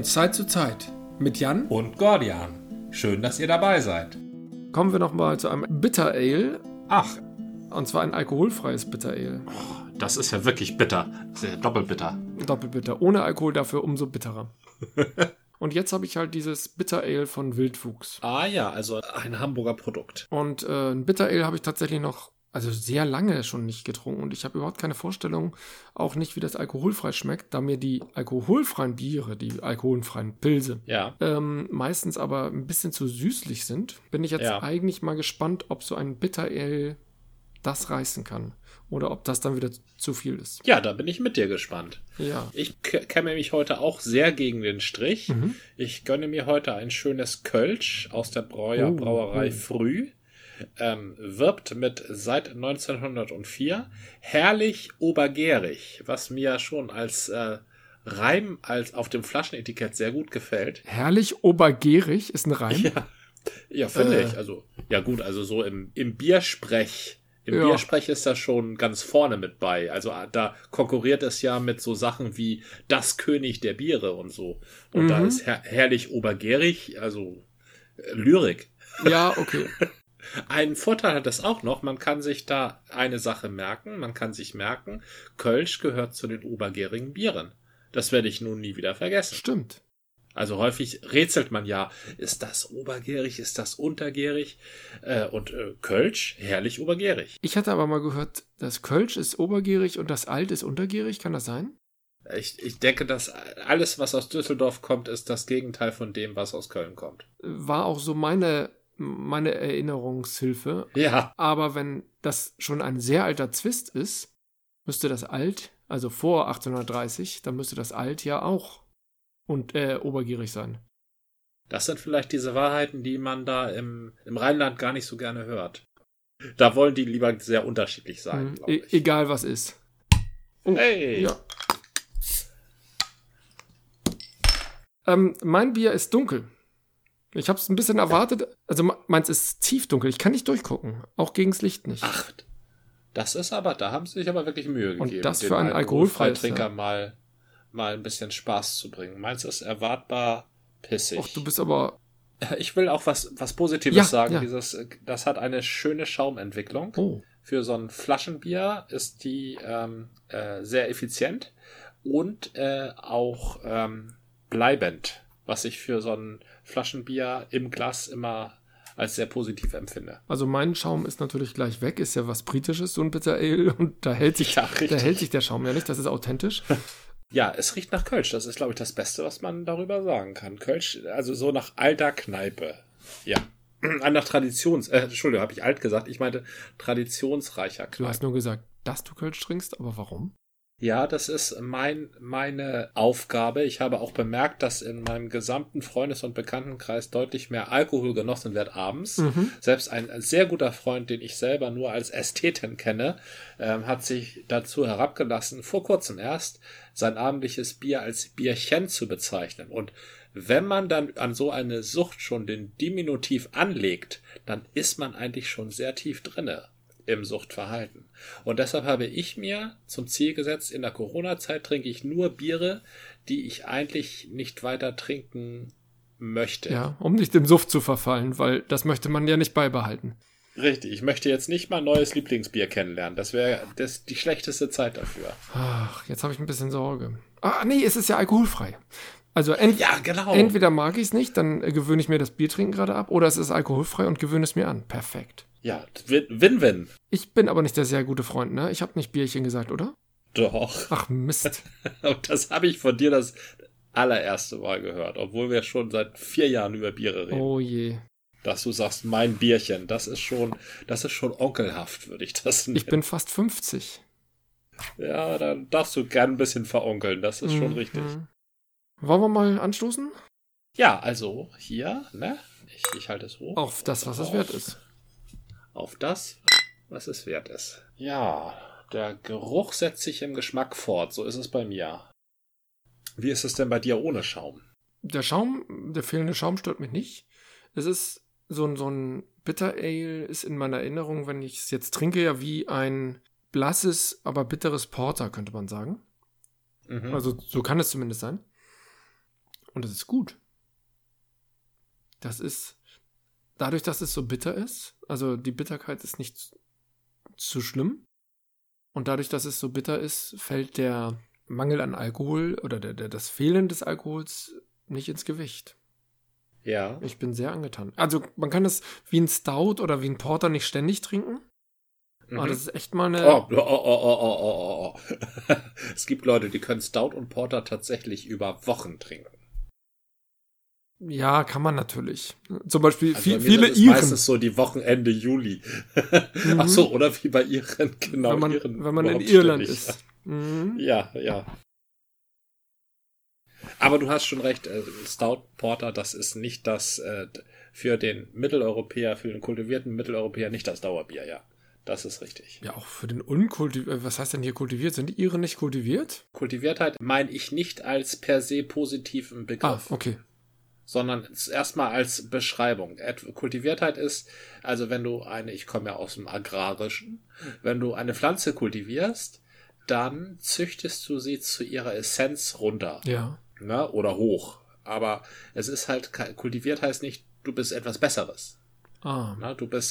Zeit zu Zeit mit Jan und Gordian. Schön, dass ihr dabei seid. Kommen wir nochmal zu einem Bitter Ale. Ach, Und zwar ein alkoholfreies Bitter Ale. das ist ja wirklich bitter. Sehr doppelbitter. Doppelbitter. Ohne Alkohol, dafür umso bitterer. Und jetzt habe ich halt dieses Bitter Ale von Wildwuchs. Ah ja, also ein Hamburger Produkt. Und ein Bitter Ale habe ich tatsächlich noch, also sehr lange schon nicht getrunken. Und ich habe überhaupt keine Vorstellung, auch nicht, wie das alkoholfrei schmeckt, da mir die alkoholfreien Biere, die alkoholfreien Pilse, Ja. meistens aber ein bisschen zu süßlich sind. Bin ich jetzt eigentlich mal gespannt, ob so ein Bitter Ale das reißen kann. Oder ob das dann wieder zu viel ist. Ja, da bin ich mit dir gespannt. Ja. Ich kämme mich heute auch sehr gegen den Strich. Ich gönne mir heute ein schönes Kölsch aus der Brauerei Früh. Wirbt mit seit 1904 herrlich obergärig, was mir schon als Reim als auf dem Flaschenetikett sehr gut gefällt. Herrlich obergärig ist ein Reim. Ja, finde ich. Also, ja gut, also so im Biersprech. Biersprech ist das schon ganz vorne mit bei. Also da konkurriert es ja mit so Sachen wie das König der Biere und so. Und da ist herrlich obergärig, also Lyrik. Ja, okay. Ein Vorteil hat es auch noch, man kann sich da eine Sache merken. Man kann sich merken, Kölsch gehört zu den obergärigen Bieren. Das werde ich nun nie wieder vergessen. Stimmt. Also häufig rätselt man ja, ist das obergärig, ist das untergärig? Und Kölsch, herrlich obergärig. Ich hatte aber mal gehört, das Kölsch ist obergärig und das Alt ist untergärig. Kann das sein? Ich denke, dass alles, was aus Düsseldorf kommt, ist das Gegenteil von dem, was aus Köln kommt. War auch so meine Erinnerungshilfe. Ja. Aber wenn das schon ein sehr alter Zwist ist, müsste das Alt, also vor 1830, dann müsste das Alt ja auch obergierig sein. Das sind vielleicht diese Wahrheiten, die man da im Rheinland gar nicht so gerne hört. Da wollen die lieber sehr unterschiedlich sein, glaube ich. Egal was ist. Oh, hey! Ja. Mein Bier ist dunkel. Ich habe es ein bisschen erwartet. Also meins ist tiefdunkel. Ich kann nicht durchgucken. Auch gegens Licht nicht. Ach, das ist aber, da haben sie sich aber wirklich Mühe gegeben. Und das für einen alkoholfreien Trinker mal ein bisschen Spaß zu bringen. Meins ist erwartbar pissig. Och, du bist aber... Ich will auch was Positives sagen. Ja. Das hat eine schöne Schaumentwicklung. Oh. Für so ein Flaschenbier ist die sehr effizient und auch bleibend, was ich für so ein Flaschenbier im Glas immer als sehr positiv empfinde. Also mein Schaum ist natürlich gleich weg, ist ja was Britisches, so ein Bitter Ale, und da hält sich der Schaum ja nicht, das ist authentisch. Ja, es riecht nach Kölsch, das ist, glaube ich, das Beste, was man darüber sagen kann. Kölsch, also so nach alter Kneipe. Ja. Nach Entschuldigung, habe ich alt gesagt, ich meinte traditionsreicher Kneipe. Du hast nur gesagt, dass du Kölsch trinkst, aber warum? Ja, das ist meine Aufgabe. Ich habe auch bemerkt, dass in meinem gesamten Freundes- und Bekanntenkreis deutlich mehr Alkohol genossen wird abends. Selbst ein sehr guter Freund, den ich selber nur als Ästheten kenne, hat sich dazu herabgelassen, vor kurzem erst sein abendliches Bier als Bierchen zu bezeichnen. Und wenn man dann an so eine Sucht schon den Diminutiv anlegt, dann ist man eigentlich schon sehr tief drinne im Suchtverhalten. Und deshalb habe ich mir zum Ziel gesetzt, in der Corona-Zeit trinke ich nur Biere, die ich eigentlich nicht weiter trinken möchte. Ja, um nicht dem Suft zu verfallen, weil das möchte man ja nicht beibehalten. Richtig, ich möchte jetzt nicht mein neues Lieblingsbier kennenlernen. Das wäre die schlechteste Zeit dafür. Ach, jetzt habe ich ein bisschen Sorge. Nee, es ist ja alkoholfrei. Also ja, genau. Entweder mag ich es nicht, dann gewöhne ich mir das Biertrinken gerade ab, oder es ist alkoholfrei und gewöhne es mir an. Perfekt. Ja, Win-Win. Ich bin aber nicht der sehr gute Freund, ne? Ich habe nicht Bierchen gesagt, oder? Doch. Ach, Mist. Und das habe ich von dir das allererste Mal gehört, obwohl wir schon seit 4 Jahren über Biere reden. Oh je. Dass du sagst, mein Bierchen, das ist schon onkelhaft, würde ich das nennen. Ich bin fast 50. Ja, dann darfst du gern ein bisschen veronkeln, das ist schon richtig. Wollen wir mal anstoßen? Ja, also hier, ne? Ich halte es hoch. Auf das, was es wert ist. Auf das, was es wert ist. Ja, der Geruch setzt sich im Geschmack fort, so ist es bei mir. Wie ist es denn bei dir ohne Schaum? Der fehlende Schaum stört mich nicht. Es ist so ein Bitter Ale ist in meiner Erinnerung, wenn ich es jetzt trinke, ja wie ein blasses, aber bitteres Porter, könnte man sagen. Also so kann es zumindest sein. Und das ist gut. Das ist, dadurch, dass es so bitter ist, also die Bitterkeit ist nicht zu schlimm. Und dadurch, dass es so bitter ist, fällt der Mangel an Alkohol oder das Fehlen des Alkohols nicht ins Gewicht. Ja. Ich bin sehr angetan. Also man kann das wie ein Stout oder wie ein Porter nicht ständig trinken. Aber das ist echt mal eine... Oh. Es gibt Leute, die können Stout und Porter tatsächlich über Wochen trinken. Ja, kann man natürlich. Zum Beispiel Also viele ist Iren. Meistens so die Wochenende Juli. Ach so, oder wie bei Iren, genau. Wenn man in Irland ist. Mhm. Ja. Aber du hast schon recht, Stout Porter, das ist nicht das für den Mitteleuropäer, für den kultivierten Mitteleuropäer nicht das Dauerbier, ja. Das ist richtig. Ja, auch für den unkultivierten, was heißt denn hier kultiviert? Sind die Iren nicht kultiviert? Kultiviertheit meine ich nicht als per se positiven Begriff. Okay. Sondern erstmal als Beschreibung. Kultiviertheit ist, also wenn du ich komme ja aus dem Agrarischen, wenn du eine Pflanze kultivierst, dann züchtest du sie zu ihrer Essenz runter. Ja. Ne? Oder hoch. Aber es ist halt, kultiviert heißt nicht, du bist etwas Besseres. Ne? Du bist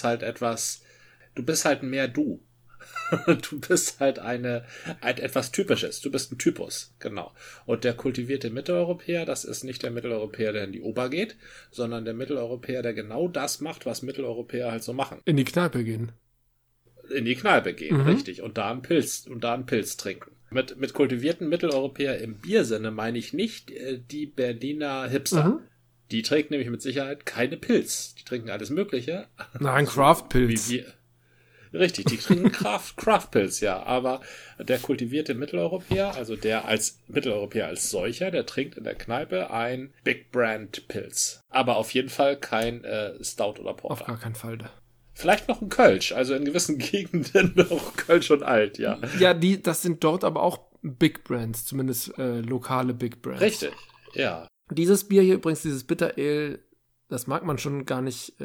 halt mehr du. Du bist halt etwas Typisches. Du bist ein Typus, genau. Und der kultivierte Mitteleuropäer, das ist nicht der Mitteleuropäer, der in die Oper geht, sondern der Mitteleuropäer, der genau das macht, was Mitteleuropäer halt so machen. In die Kneipe gehen. In die Kneipe gehen, richtig. Und da einen Pilz trinken. Mit kultivierten Mitteleuropäer im Biersinne meine ich nicht die Berliner Hipster. Die trinken nämlich mit Sicherheit keine Pilz. Die trinken alles Mögliche. Nein, Craft-Pilz. Richtig, die trinken Craft-Pilz, ja. Aber der kultivierte Mitteleuropäer, also der als Mitteleuropäer als solcher, der trinkt in der Kneipe ein Big Brand Pilz. Aber auf jeden Fall kein Stout oder Porter. Auf gar keinen Fall. Vielleicht noch ein Kölsch, also in gewissen Gegenden noch Kölsch und Alt, ja. Ja, das sind dort aber auch Big Brands, zumindest lokale Big Brands. Richtig, ja. Dieses Bier hier übrigens, dieses Bitter Ale, das mag man schon gar nicht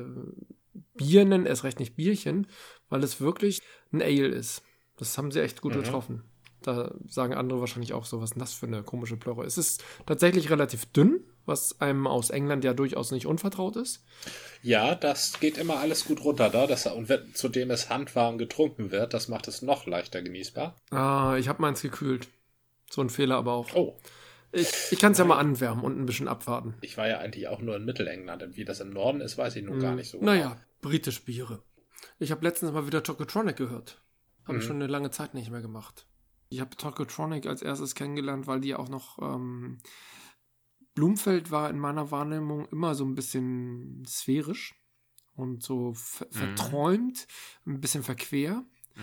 Bier nennen, erst recht nicht Bierchen, weil es wirklich ein Ale ist. Das haben sie echt gut getroffen. Da sagen andere wahrscheinlich auch so, was ist denn das für eine komische Plörre? Es ist tatsächlich relativ dünn, was einem aus England ja durchaus nicht unvertraut ist. Ja, das geht immer alles gut runter da. Und zudem es handwarm getrunken wird, das macht es noch leichter genießbar. Ich habe meins gekühlt. So ein Fehler aber auch. Oh. Ich kann es ja mal anwärmen und ein bisschen abwarten. Ich war ja eigentlich auch nur in Mittelengland. Und wie das im Norden ist, weiß ich nun gar nicht so. Naja, britische Biere. Ich habe letztens mal wieder Tokotronic gehört. Habe ich schon eine lange Zeit nicht mehr gemacht. Ich habe Tokotronic als erstes kennengelernt, weil die auch noch Blumfeld war in meiner Wahrnehmung immer so ein bisschen sphärisch und so verträumt, ein bisschen verquer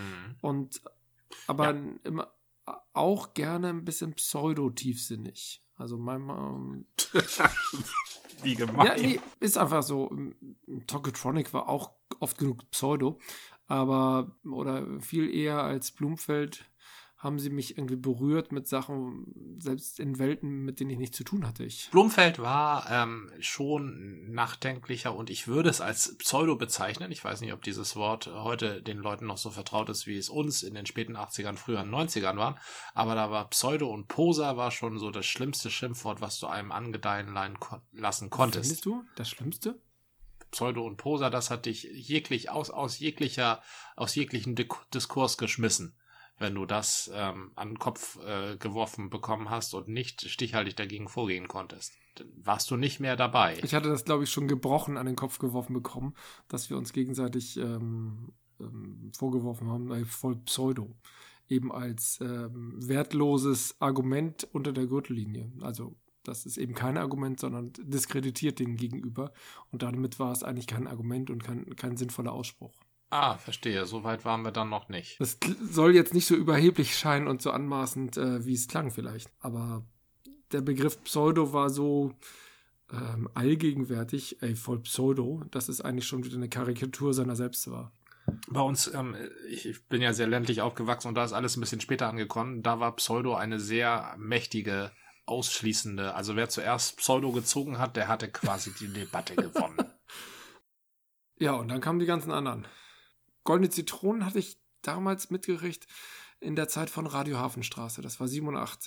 aber immer auch gerne ein bisschen pseudo-tiefsinnig. Also manchmal... Wie gemein. Ja, nee, ist einfach so. Tokotronic war auch oft genug Pseudo, oder viel eher als Blumfeld haben sie mich irgendwie berührt mit Sachen, selbst in Welten, mit denen ich nichts zu tun hatte. Blumfeld war schon nachdenklicher und ich würde es als Pseudo bezeichnen. Ich weiß nicht, ob dieses Wort heute den Leuten noch so vertraut ist, wie es uns in den späten 80ern, früheren 90ern waren. Aber da war Pseudo und Poser war schon so das schlimmste Schimpfwort, was du einem angedeihen lassen konntest. Findest du das Schlimmste? Pseudo und Poser, das hat dich aus jeglichen Diskurs geschmissen, wenn du das an den Kopf geworfen bekommen hast und nicht stichhaltig dagegen vorgehen konntest. Dann warst du nicht mehr dabei. Ich hatte das, glaube ich, schon gebrochen an den Kopf geworfen bekommen, dass wir uns gegenseitig vorgeworfen haben, voll Pseudo. Eben als wertloses Argument unter der Gürtellinie. Also das ist eben kein Argument, sondern diskreditiert den Gegenüber. Und damit war es eigentlich kein Argument und kein sinnvoller Ausspruch. Ah, verstehe. So weit waren wir dann noch nicht. Das soll jetzt nicht so überheblich scheinen und so anmaßend, wie es klang vielleicht. Aber der Begriff Pseudo war so allgegenwärtig. Voll Pseudo. Das ist eigentlich schon wieder eine Karikatur seiner selbst war. Bei uns, ich bin ja sehr ländlich aufgewachsen und da ist alles ein bisschen später angekommen. Da war Pseudo eine sehr mächtige, ausschließende. Also wer zuerst Pseudo gezogen hat, der hatte quasi die Debatte gewonnen. Ja, und dann kamen die ganzen anderen. Goldene Zitronen hatte ich damals mitgekriegt in der Zeit von Radio Hafenstraße. Das war 87.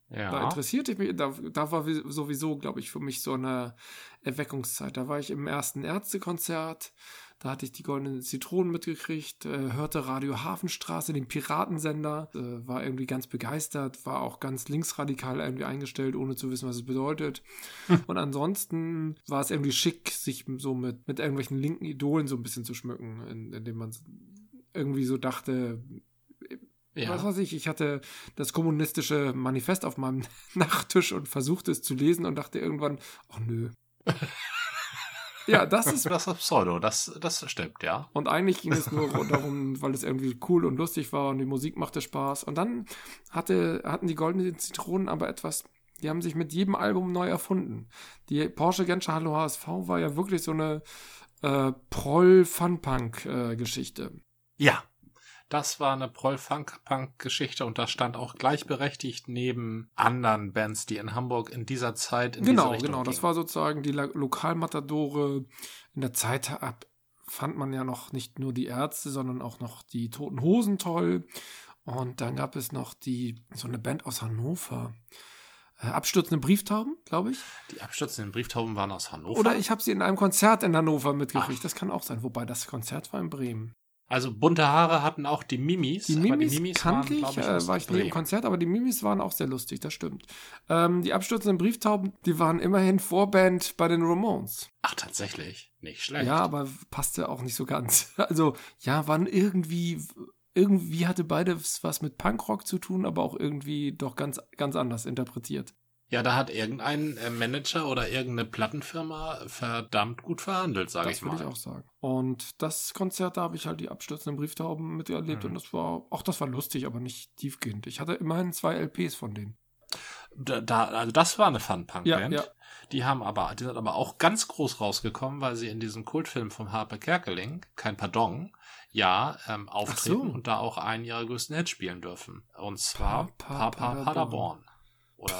Ja. Da interessierte ich mich, da war sowieso, glaube ich, für mich so eine Erweckungszeit. Da war ich im ersten Ärztekonzert, da hatte ich die Goldenen Zitronen mitgekriegt, hörte Radio Hafenstraße, den Piratensender, war irgendwie ganz begeistert, war auch ganz linksradikal irgendwie eingestellt, ohne zu wissen, was es bedeutet. Und ansonsten war es irgendwie schick, sich so mit irgendwelchen linken Idolen so ein bisschen zu schmücken, indem man irgendwie so dachte, was weiß ich hatte das kommunistische Manifest auf meinem Nachttisch und versuchte es zu lesen und dachte irgendwann, ach nö. Ja, das ist Pseudo, das stimmt, ja. Und eigentlich ging es nur darum, weil es irgendwie cool und lustig war und die Musik machte Spaß. Und dann hatten die Goldenen Zitronen aber etwas, die haben sich mit jedem Album neu erfunden. Die Porsche Genscher Hallo HSV war ja wirklich so eine Proll-Fun-Punk-Geschichte. Ja. Das war eine Proll-Funk-Punk-Geschichte und das stand auch gleichberechtigt neben anderen Bands, die in Hamburg in dieser Zeit in diese Richtung gingen. Das war sozusagen die Lokalmatadore. In der Zeit fand man ja noch nicht nur die Ärzte, sondern auch noch die Toten Hosen toll. Und dann gab es noch so eine Band aus Hannover. Abstürzende Brieftauben, glaube ich. Die abstürzenden Brieftauben waren aus Hannover? Oder ich habe sie in einem Konzert in Hannover mitgekriegt. Das kann auch sein. Wobei das Konzert war in Bremen. Also bunte Haare hatten auch die Mimis. Die Mimis kannte ich, war ich nie im Konzert, aber die Mimis waren auch sehr lustig, das stimmt. Die abstürzenden Brieftauben, die waren immerhin Vorband bei den Ramones. Ach, tatsächlich? Nicht schlecht. Ja, aber passte auch nicht so ganz. Also, ja, waren irgendwie hatte beides was mit Punkrock zu tun, aber auch irgendwie doch ganz, ganz anders interpretiert. Ja, da hat irgendein Manager oder irgendeine Plattenfirma verdammt gut verhandelt, sage ich mal. Das würde ich auch sagen. Und das Konzert, da habe ich halt die abstürzenden Brieftauben miterlebt und das war lustig, aber nicht tiefgehend. Ich hatte immerhin 2 LPs von denen. Also das war eine Fun-Punk-Band. Ja. Die sind aber auch ganz groß rausgekommen, weil sie in diesem Kultfilm vom Harpe Kerkeling, kein Pardon, auftreten und da auch einen ihrer größten Hits spielen dürfen. Und zwar Paderborn. Oder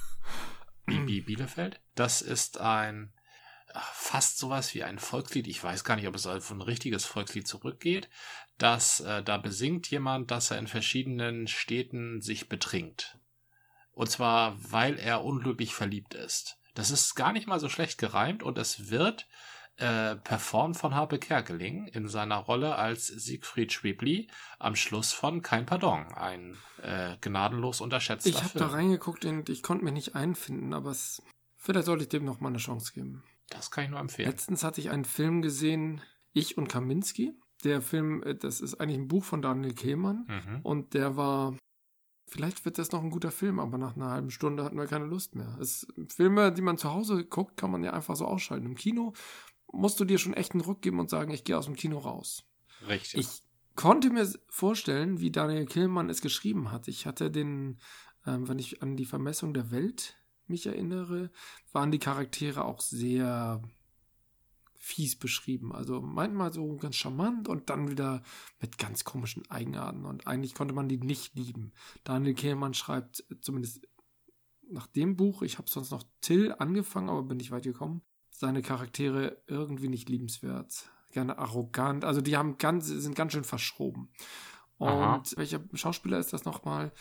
Bielefeld. Das ist fast sowas wie ein Volkslied. Ich weiß gar nicht, ob es auf ein richtiges Volkslied zurückgeht. Da besingt jemand, dass er in verschiedenen Städten sich betrinkt. Und zwar, weil er unglücklich verliebt ist. Das ist gar nicht mal so schlecht gereimt und es wird performt von Harpe Kerkeling in seiner Rolle als Siegfried Schwebli am Schluss von Kein Pardon, ein gnadenlos unterschätzter Film. Ich habe da reingeguckt und ich konnte mich nicht einfinden, aber vielleicht sollte ich dem noch mal eine Chance geben. Das kann ich nur empfehlen. Letztens hatte ich einen Film gesehen, Ich und Kaminski. Der Film, das ist eigentlich ein Buch von Daniel Kehlmann und der war... Vielleicht wird das noch ein guter Film, aber nach einer halben Stunde hatten wir keine Lust mehr. Filme, die man zu Hause guckt, kann man ja einfach so ausschalten. Im Kino musst du dir schon echt einen Ruck geben und sagen, ich gehe aus dem Kino raus. Richtig. Ich konnte mir vorstellen, wie Daniel Kehlmann es geschrieben hat. Ich hatte wenn ich an die Vermessung der Welt mich erinnere, waren die Charaktere auch sehr fies beschrieben. Also manchmal so ganz charmant und dann wieder mit ganz komischen Eigenarten. Und eigentlich konnte man die nicht lieben. Daniel Kehlmann schreibt zumindest nach dem Buch, ich habe sonst noch Till angefangen, aber bin nicht weit gekommen, seine Charaktere irgendwie nicht liebenswert. Gerne arrogant. Also die sind ganz schön verschroben. Und welcher Schauspieler ist das nochmal?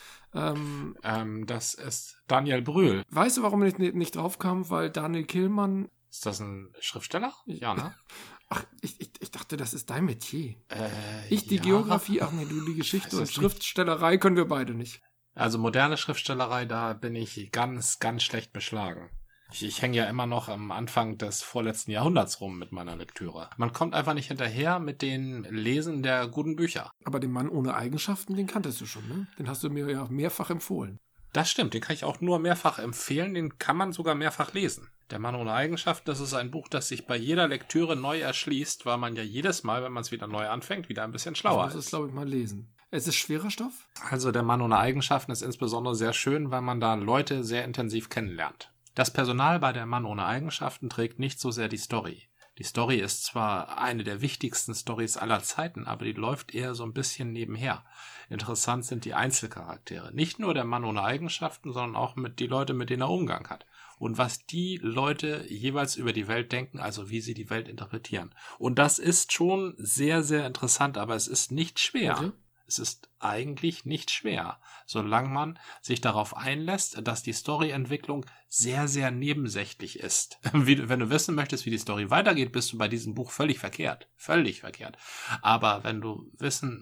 Das ist Daniel Brühl. Weißt du, warum ich nicht drauf kam? Weil Daniel Kehlmann... Ist das ein Schriftsteller? Ja, ne? Ach, ich dachte, das ist dein Metier. Die Geografie, ach nee, du die Geschichte und Schriftstellerei können wir beide nicht. Also moderne Schriftstellerei, da bin ich ganz, ganz schlecht beschlagen. Ich hänge ja immer noch am Anfang des vorletzten Jahrhunderts rum mit meiner Lektüre. Man kommt einfach nicht hinterher mit den Lesen der guten Bücher. Aber den Mann ohne Eigenschaften, den kanntest du schon, ne? Den hast du mir ja mehrfach empfohlen. Das stimmt, den kann ich auch nur mehrfach empfehlen, den kann man sogar mehrfach lesen. Der Mann ohne Eigenschaften, das ist ein Buch, das sich bei jeder Lektüre neu erschließt, weil man ja jedes Mal, wenn man es wieder neu anfängt, wieder ein bisschen schlauer ist. Ich muss es, glaube ich, mal lesen. Es ist schwerer Stoff? Also der Mann ohne Eigenschaften ist insbesondere sehr schön, weil man da Leute sehr intensiv kennenlernt. Das Personal bei der Mann ohne Eigenschaften trägt nicht so sehr die Story. Die Story ist zwar eine der wichtigsten Storys aller Zeiten, aber die läuft eher so ein bisschen nebenher. Interessant sind die Einzelcharaktere. Nicht nur der Mann ohne Eigenschaften, sondern auch die Leute, mit denen er Umgang hat. Und was die Leute jeweils über die Welt denken, also wie sie die Welt interpretieren. Und das ist schon sehr, sehr interessant, aber es ist nicht schwer. Okay. Es ist eigentlich nicht schwer, solange man sich darauf einlässt, dass die Storyentwicklung sehr, sehr nebensächlich ist. Wenn du wissen möchtest, wie die Story weitergeht, bist du bei diesem Buch völlig verkehrt. Völlig verkehrt. Aber wenn du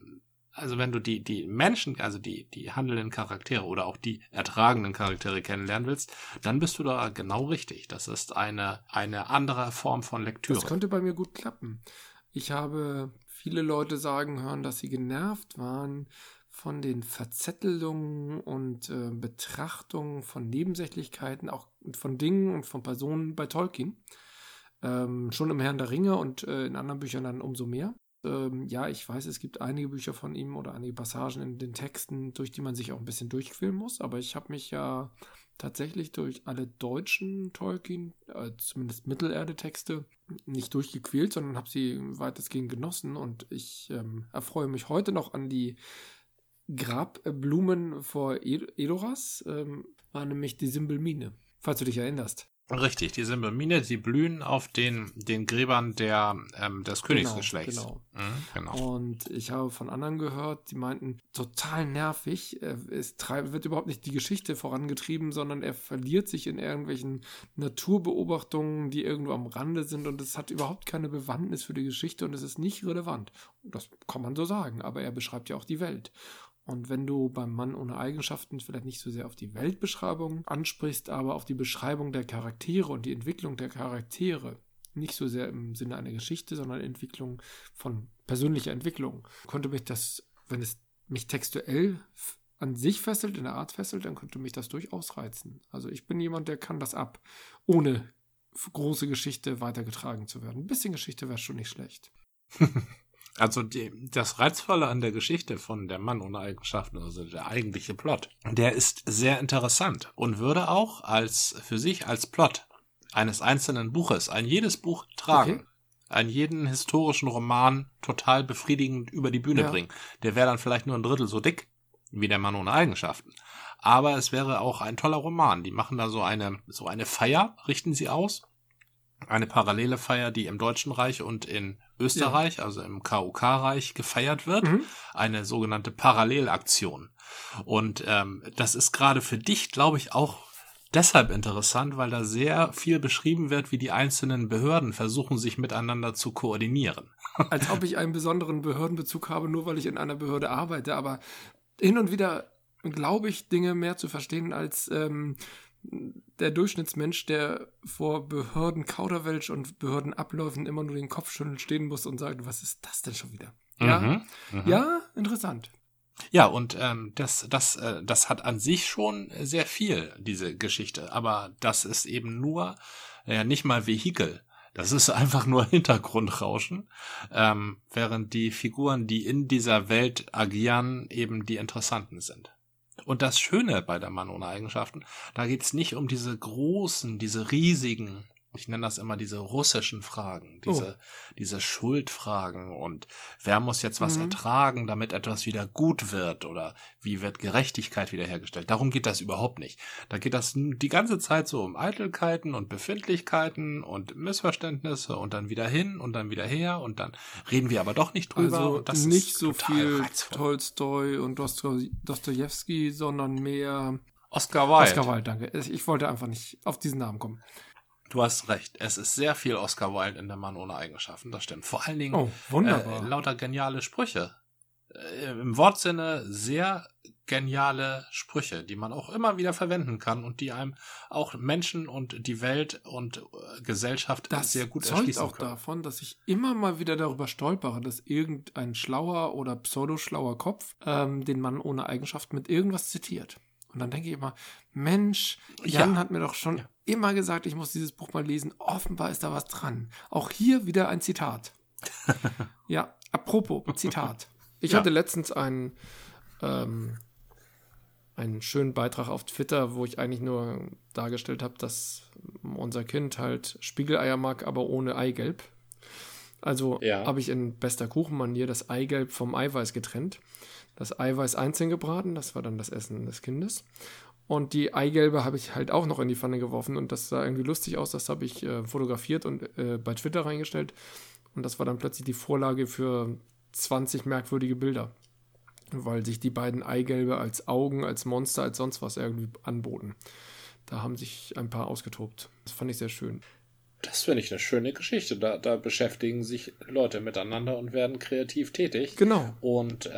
die Menschen, also die handelnden Charaktere oder auch die ertragenden Charaktere kennenlernen willst, dann bist du da genau richtig. Das ist eine andere Form von Lektüre. Das könnte bei mir gut klappen. Ich habe viele Leute sagen hören, dass sie genervt waren von den Verzettelungen und Betrachtungen von Nebensächlichkeiten, auch von Dingen und von Personen bei Tolkien. Schon im Herrn der Ringe und in anderen Büchern dann umso mehr. Ja, ich weiß, es gibt einige Bücher von ihm oder einige Passagen in den Texten, durch die man sich auch ein bisschen durchquälen muss, aber ich habe mich ja tatsächlich durch alle deutschen Tolkien, zumindest Mittelerde-Texte, nicht durchgequält, sondern habe sie weitestgehend genossen und ich erfreue mich heute noch an die Grabblumen vor Edoras, war nämlich die Simbelmine, falls du dich erinnerst. Richtig, die Simbelmine, die blühen auf den Gräbern des Königsgeschlechts. Genau. Und ich habe von anderen gehört, die meinten, total nervig, wird überhaupt nicht die Geschichte vorangetrieben, sondern er verliert sich in irgendwelchen Naturbeobachtungen, die irgendwo am Rande sind und es hat überhaupt keine Bewandtnis für die Geschichte und es ist nicht relevant. Das kann man so sagen, aber er beschreibt ja auch die Welt. Und wenn du beim Mann ohne Eigenschaften vielleicht nicht so sehr auf die Weltbeschreibung ansprichst, aber auf die Beschreibung der Charaktere und die Entwicklung der Charaktere, nicht so sehr im Sinne einer Geschichte, sondern Entwicklung von persönlicher Entwicklung, konnte mich das, wenn es mich textuell an sich fesselt, in der Art fesselt, dann könnte mich das durchaus reizen. Also ich bin jemand, der kann das ab, ohne große Geschichte weitergetragen zu werden. Ein bisschen Geschichte wäre schon nicht schlecht. Also das Reizvolle an der Geschichte von Der Mann ohne Eigenschaften, also der eigentliche Plot, der ist sehr interessant und würde auch für sich als Plot eines einzelnen Buches, ein jedes Buch tragen, einen jeden historischen Roman total befriedigend über die Bühne bringen. Der wäre dann vielleicht nur ein Drittel so dick wie Der Mann ohne Eigenschaften. Aber es wäre auch ein toller Roman. Die machen da so eine Feier, richten sie aus. Eine parallele Feier, die im Deutschen Reich und in Österreich, also im KUK-Reich, gefeiert wird. Eine sogenannte Parallelaktion. Und das ist gerade für dich, glaube ich, auch deshalb interessant, weil da sehr viel beschrieben wird, wie die einzelnen Behörden versuchen, sich miteinander zu koordinieren. Als ob ich einen besonderen Behördenbezug habe, nur weil ich in einer Behörde arbeite. Aber hin und wieder glaube ich, Dinge mehr zu verstehen als der Durchschnittsmensch, der vor Behörden-Kauderwelsch und Behördenabläufen immer nur den Kopf schütteln stehen muss und sagt, was ist das denn schon wieder? Ja, interessant. Ja, und das hat an sich schon sehr viel, diese Geschichte. Aber das ist eben nur, nicht mal Vehikel. Das ist einfach nur Hintergrundrauschen, während die Figuren, die in dieser Welt agieren, eben die interessanten sind. Und das Schöne bei Der Mann ohne Eigenschaften, da geht's nicht um diese großen, diese riesigen, ich nenne das immer diese russischen Fragen, diese Schuldfragen und wer muss jetzt was ertragen, damit etwas wieder gut wird oder wie wird Gerechtigkeit wiederhergestellt. Darum geht das überhaupt nicht. Da geht das die ganze Zeit so um Eitelkeiten und Befindlichkeiten und Missverständnisse und dann wieder hin und dann wieder her und dann reden wir aber doch nicht drüber. Also und das nicht ist so viel reizvoll. Tolstoi und Dostojewski, sondern mehr Oscar Wilde. Oscar Wilde, danke. Ich wollte einfach nicht auf diesen Namen kommen. Du hast recht. Es ist sehr viel Oscar Wilde in Der Mann ohne Eigenschaften. Das stimmt. Vor allen Dingen wunderbar. Lauter geniale Sprüche. Im Wortsinne sehr geniale Sprüche, die man auch immer wieder verwenden kann und die einem auch Menschen und die Welt und Gesellschaft sehr gut erschließen können. Das zeugt auch davon, dass ich immer mal wieder darüber stolpere, dass irgendein schlauer oder pseudoschlauer Kopf den Mann ohne Eigenschaften mit irgendwas zitiert. Und dann denke ich immer, Mensch, Jan hat mir doch schon immer gesagt, ich muss dieses Buch mal lesen. Offenbar ist da was dran. Auch hier wieder ein Zitat. Ja, apropos Zitat. Ich hatte letztens einen schönen Beitrag auf Twitter, wo ich eigentlich nur dargestellt habe, dass unser Kind halt Spiegeleier mag, aber ohne Eigelb. Also habe ich in bester Kuchenmanier das Eigelb vom Eiweiß getrennt. Das Eiweiß einzeln gebraten, das war dann das Essen des Kindes. Und die Eigelbe habe ich halt auch noch in die Pfanne geworfen und das sah irgendwie lustig aus. Das habe ich fotografiert und bei Twitter reingestellt. Und das war dann plötzlich die Vorlage für 20 merkwürdige Bilder. weil sich die beiden Eigelbe als Augen, als Monster, als sonst was irgendwie anboten. Da haben sich ein paar ausgetobt. Das fand ich sehr schön. Das finde ich eine schöne Geschichte. Da beschäftigen sich Leute miteinander und werden kreativ tätig. Genau. Und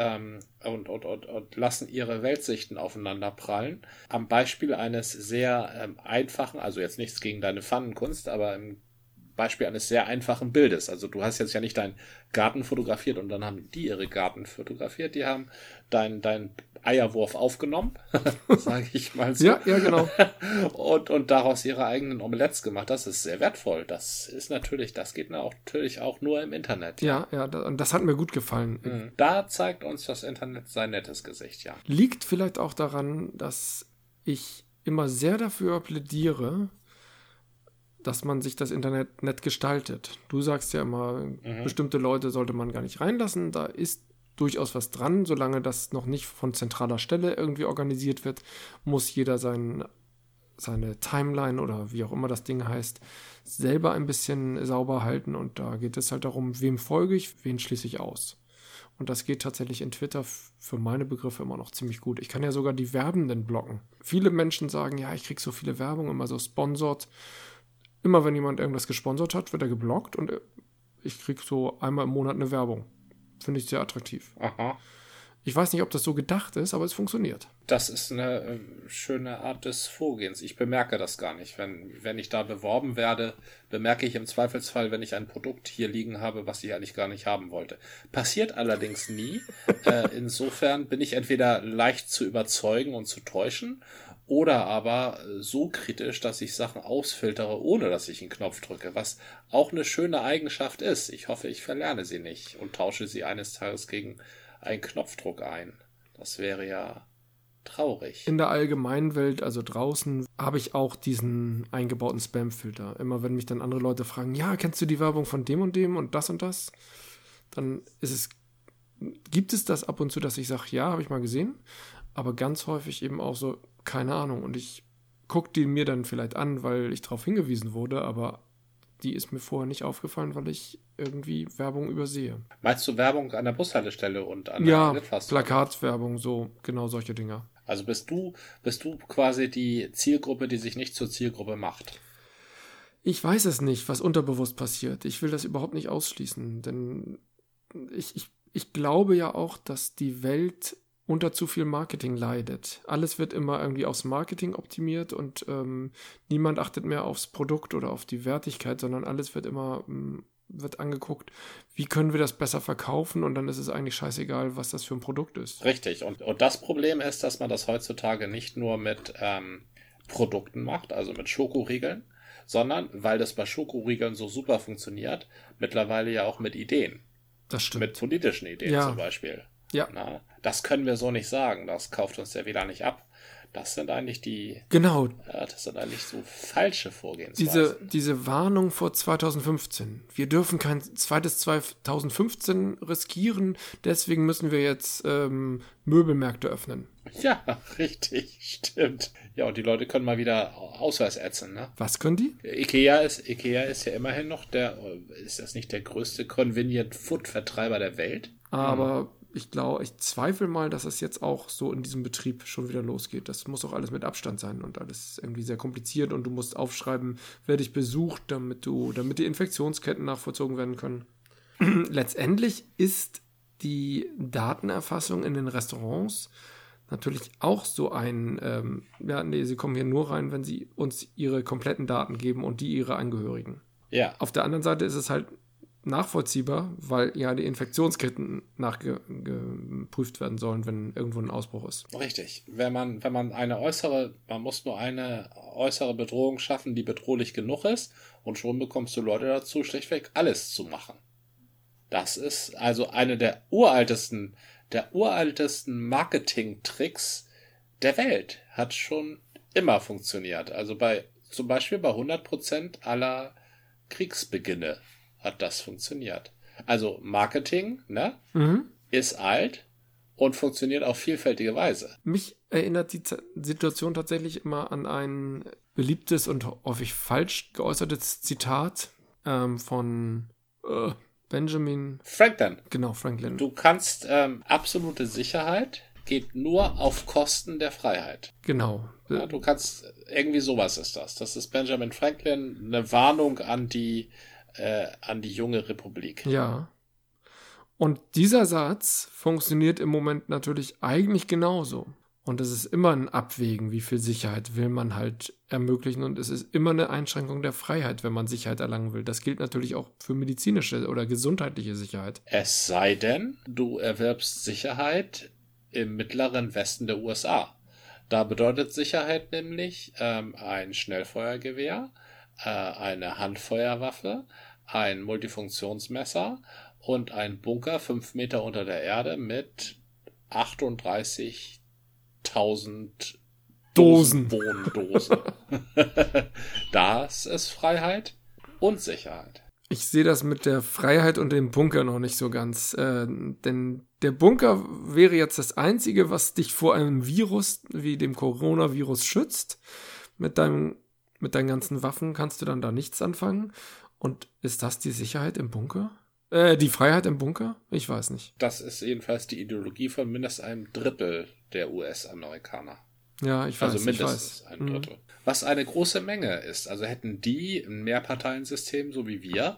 lassen ihre Weltsichten aufeinander prallen. Am Beispiel eines sehr einfachen, also jetzt nichts gegen deine Pfannenkunst, aber im Beispiel eines sehr einfachen Bildes. Also du hast jetzt ja nicht deinen Garten fotografiert und dann haben die ihre Garten fotografiert. Die haben deinen Eierwurf aufgenommen, sage ich mal so. Ja, genau. und daraus ihre eigenen Omelettes gemacht. Das ist sehr wertvoll. Das geht natürlich auch nur im Internet. Ja, das hat mir gut gefallen. Da zeigt uns das Internet sein nettes Gesicht, ja. Liegt vielleicht auch daran, dass ich immer sehr dafür plädiere, dass man sich das Internet nett gestaltet. Du sagst ja immer, bestimmte Leute sollte man gar nicht reinlassen. Da ist durchaus was dran. Solange das noch nicht von zentraler Stelle irgendwie organisiert wird, muss jeder seine Timeline oder wie auch immer das Ding heißt, selber ein bisschen sauber halten. Und da geht es halt darum, wem folge ich, wen schließe ich aus. Und das geht tatsächlich in Twitter für meine Begriffe immer noch ziemlich gut. Ich kann ja sogar die Werbenden blocken. Viele Menschen sagen, ja, ich kriege so viele Werbung, immer so sponsored. Immer wenn jemand irgendwas gesponsert hat, wird er geblockt und ich kriege so einmal im Monat eine Werbung. Finde ich sehr attraktiv. Aha. Ich weiß nicht, ob das so gedacht ist, aber es funktioniert. Das ist eine schöne Art des Vorgehens. Ich bemerke das gar nicht. Wenn ich da beworben werde, bemerke ich im Zweifelsfall, wenn ich ein Produkt hier liegen habe, was ich eigentlich gar nicht haben wollte. Passiert allerdings nie. Insofern bin ich entweder leicht zu überzeugen und zu täuschen oder aber so kritisch, dass ich Sachen ausfiltere, ohne dass ich einen Knopf drücke, was auch eine schöne Eigenschaft ist. Ich hoffe, ich verlerne sie nicht und tausche sie eines Tages gegen einen Knopfdruck ein. Das wäre ja traurig. In der allgemeinen Welt, also draußen, habe ich auch diesen eingebauten Spam-Filter. Immer wenn mich dann andere Leute fragen, ja, kennst du die Werbung von dem und das, dann gibt es das ab und zu, dass ich sage, ja, habe ich mal gesehen, aber ganz häufig eben auch so, keine Ahnung. Und ich gucke die mir dann vielleicht an, weil ich darauf hingewiesen wurde, aber die ist mir vorher nicht aufgefallen, weil ich irgendwie Werbung übersehe. Meinst du Werbung an der Bushaltestelle und an der Litfaßsäule? Plakatwerbung, so, genau solche Dinger. Also bist du quasi die Zielgruppe, die sich nicht zur Zielgruppe macht? Ich weiß es nicht, was unterbewusst passiert. Ich will das überhaupt nicht ausschließen, denn ich glaube ja auch, dass die Welt unter zu viel Marketing leidet. Alles wird immer irgendwie aufs Marketing optimiert und niemand achtet mehr aufs Produkt oder auf die Wertigkeit, sondern alles wird angeguckt, wie können wir das besser verkaufen und dann ist es eigentlich scheißegal, was das für ein Produkt ist. Richtig. Und das Problem ist, dass man das heutzutage nicht nur mit Produkten macht, also mit Schokoriegeln, sondern, weil das bei Schokoriegeln so super funktioniert, mittlerweile ja auch mit Ideen. Das stimmt. Mit politischen Ideen zum Beispiel. Ja. Na, das können wir so nicht sagen. Das kauft uns der wieder nicht ab. Das sind eigentlich das sind eigentlich so falsche Vorgehensweisen. Diese Warnung vor 2015. Wir dürfen kein zweites 2015 riskieren, deswegen müssen wir jetzt Möbelmärkte öffnen. Ja, richtig, stimmt. Ja, und die Leute können mal wieder Ausweis ätzen, ne? Was können die? Ikea ist ja immerhin noch ist das nicht der größte Convenient Food Vertreiber der Welt? Aber ich zweifle mal, dass es jetzt auch so in diesem Betrieb schon wieder losgeht. Das muss auch alles mit Abstand sein und alles irgendwie sehr kompliziert und du musst aufschreiben, wer dich besucht, damit die Infektionsketten nachvollzogen werden können. Letztendlich ist die Datenerfassung in den Restaurants natürlich auch so sie kommen hier nur rein, wenn sie uns ihre kompletten Daten geben und die ihre Angehörigen. Ja. Auf der anderen Seite ist es halt nachvollziehbar, weil ja die Infektionsketten nachgeprüft werden sollen, wenn irgendwo ein Ausbruch ist. Richtig. Wenn man man muss nur eine äußere Bedrohung schaffen, die bedrohlich genug ist und schon bekommst du Leute dazu, schlichtweg alles zu machen. Das ist also eine der uraltesten Marketing-Tricks der Welt. Hat schon immer funktioniert. Also zum Beispiel bei 100% aller Kriegsbeginne hat das funktioniert. Also Marketing, ne, ist alt und funktioniert auf vielfältige Weise. Mich erinnert die Situation tatsächlich immer an ein beliebtes und häufig falsch geäußertes Zitat von Benjamin Franklin. Genau, Franklin. Du kannst absolute Sicherheit geht nur auf Kosten der Freiheit. Genau. Ja, du kannst, irgendwie sowas ist das. Das ist Benjamin Franklin, eine Warnung an die junge Republik. Ja. Und dieser Satz funktioniert im Moment natürlich eigentlich genauso. Und es ist immer ein Abwägen, wie viel Sicherheit will man halt ermöglichen. Und es ist immer eine Einschränkung der Freiheit, wenn man Sicherheit erlangen will. Das gilt natürlich auch für medizinische oder gesundheitliche Sicherheit. Es sei denn, du erwirbst Sicherheit im mittleren Westen der USA. Da bedeutet Sicherheit nämlich ein Schnellfeuergewehr, eine Handfeuerwaffe, ein Multifunktionsmesser und ein Bunker 5 Meter unter der Erde mit 38.000 Wohndosen. Das ist Freiheit und Sicherheit. Ich sehe das mit der Freiheit und dem Bunker noch nicht so ganz. Denn der Bunker wäre jetzt das Einzige, was dich vor einem Virus wie dem Coronavirus schützt. Mit deinen ganzen Waffen kannst du dann da nichts anfangen. Und ist das die Sicherheit im Bunker? Die Freiheit im Bunker? Ich weiß nicht. Das ist jedenfalls die Ideologie von mindestens einem Drittel der US-Amerikaner. Ja, ich weiß. Also mindestens ein Drittel. Was eine große Menge ist. Also hätten die ein Mehrparteiensystem, so wie wir,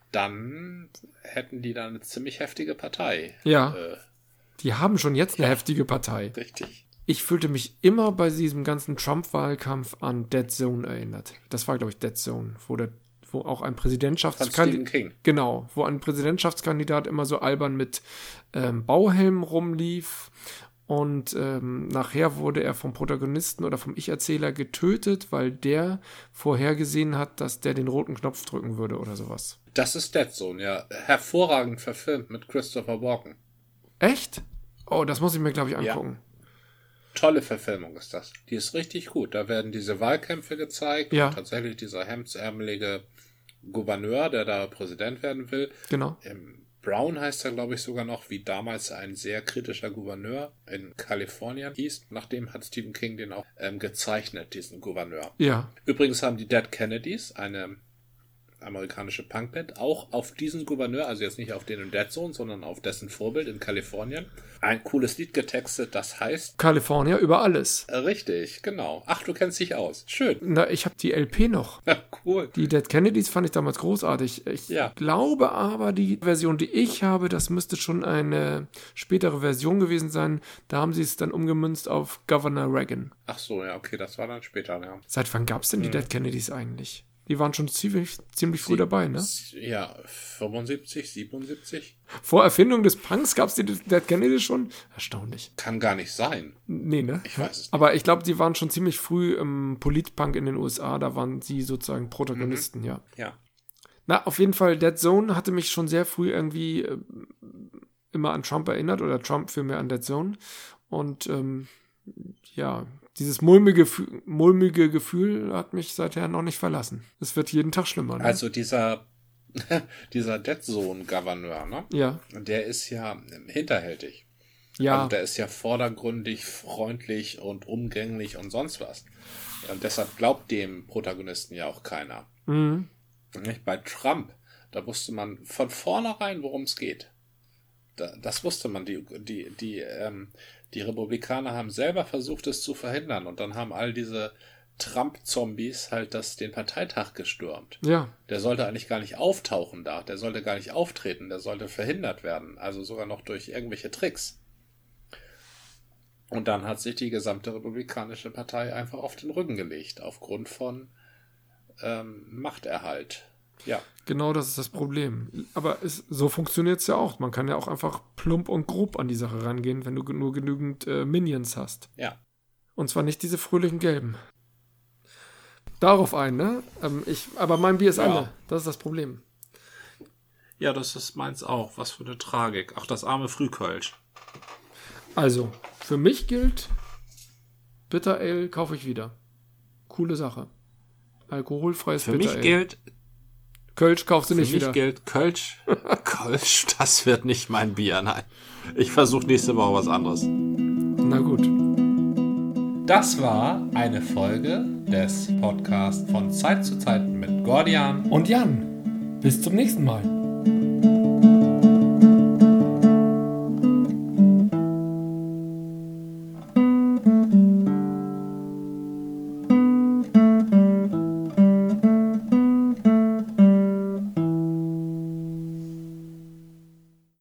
dann hätten die da eine ziemlich heftige Partei. Ja, die haben schon jetzt eine heftige Partei. Richtig. Ich fühlte mich immer bei diesem ganzen Trump-Wahlkampf an Dead Zone erinnert. Das war, glaube ich, Dead Zone, wo auch ein Präsidentschaftskandidat, genau, wo ein Präsidentschaftskandidat immer so albern mit Bauhelm rumlief. Und nachher wurde er vom Protagonisten oder vom Ich-Erzähler getötet, weil der vorhergesehen hat, dass der den roten Knopf drücken würde oder sowas. Das ist Dead Zone, ja. Hervorragend verfilmt mit Christopher Walken. Echt? Oh, das muss ich mir, glaube ich, angucken. Ja. Tolle Verfilmung ist das. Die ist richtig gut. Da werden diese Wahlkämpfe gezeigt. Ja. Und tatsächlich dieser hemdsärmelige Gouverneur, der da Präsident werden will. Genau. Brown heißt er, glaube ich, sogar noch, wie damals ein sehr kritischer Gouverneur in Kalifornien hieß. Nachdem hat Stephen King den auch gezeichnet, diesen Gouverneur. Ja. Übrigens haben die Dead Kennedys, eine amerikanische Punkband, auch auf diesen Gouverneur, also jetzt nicht auf den in Dead Zone, sondern auf dessen Vorbild in Kalifornien, ein cooles Lied getextet, das heißt California über alles. Richtig, genau. Ach, du kennst dich aus. Schön. Na, ich habe die LP noch. Ja, cool. Die Dead Kennedys fand ich damals großartig. Ich glaube aber, die Version, die ich habe, das müsste schon eine spätere Version gewesen sein. Da haben sie es dann umgemünzt auf Governor Reagan. Ach so, ja, okay, das war dann später, ja. Seit wann gab es denn die Dead Kennedys eigentlich? Die waren schon ziemlich früh dabei, ne? Ja, 75, 77. Vor Erfindung des Punks gab es die Dead Kennedys schon? Erstaunlich. Kann gar nicht sein. Nee, ne? Ich weiß es nicht. Aber ich glaube, die waren schon ziemlich früh im Politpunk in den USA. Da waren sie sozusagen Protagonisten, ja. Ja. Na, auf jeden Fall, Dead Zone hatte mich schon sehr früh irgendwie immer an Trump erinnert oder Trump vielmehr an Dead Zone. Und ja, dieses mulmige Gefühl hat mich seither noch nicht verlassen. Es wird jeden Tag schlimmer. Ne? Also dieser Dead Zone-Gouverneur, ne? Ja. Der ist ja hinterhältig. Ja. Also der ist ja vordergründig, freundlich und umgänglich und sonst was. Und deshalb glaubt dem Protagonisten ja auch keiner. Mhm. Bei Trump, da wusste man von vornherein, worum es geht. Das wusste man. Die Republikaner haben selber versucht, es zu verhindern. Und dann haben all diese Trump-Zombies halt den Parteitag gestürmt. Ja. Der sollte eigentlich gar nicht auftauchen da. Der sollte gar nicht auftreten. Der sollte verhindert werden. Also sogar noch durch irgendwelche Tricks. Und dann hat sich die gesamte Republikanische Partei einfach auf den Rücken gelegt. Aufgrund von Machterhalt. Ja. Genau, das ist das Problem. Aber so funktioniert es ja auch. Man kann ja auch einfach plump und grob an die Sache rangehen, wenn du nur genügend Minions hast. Ja. Und zwar nicht diese fröhlichen Gelben. Darauf ein, ne? Aber mein Bier ist alle. Das ist das Problem. Ja, das ist meins auch. Was für eine Tragik. Ach, das arme Frühkölsch. Also, für mich gilt, Bitter Ale kaufe ich wieder. Coole Sache. Alkoholfreies Bitter Ale. Für mich gilt... Kölsch kaufst du nicht wieder. Für mich gilt Kölsch. Kölsch, das wird nicht mein Bier, nein. Ich versuche nächste Woche was anderes. Na gut. Das war eine Folge des Podcasts von Zeit zu Zeit mit Gordian und Jan. Bis zum nächsten Mal. Tschüss.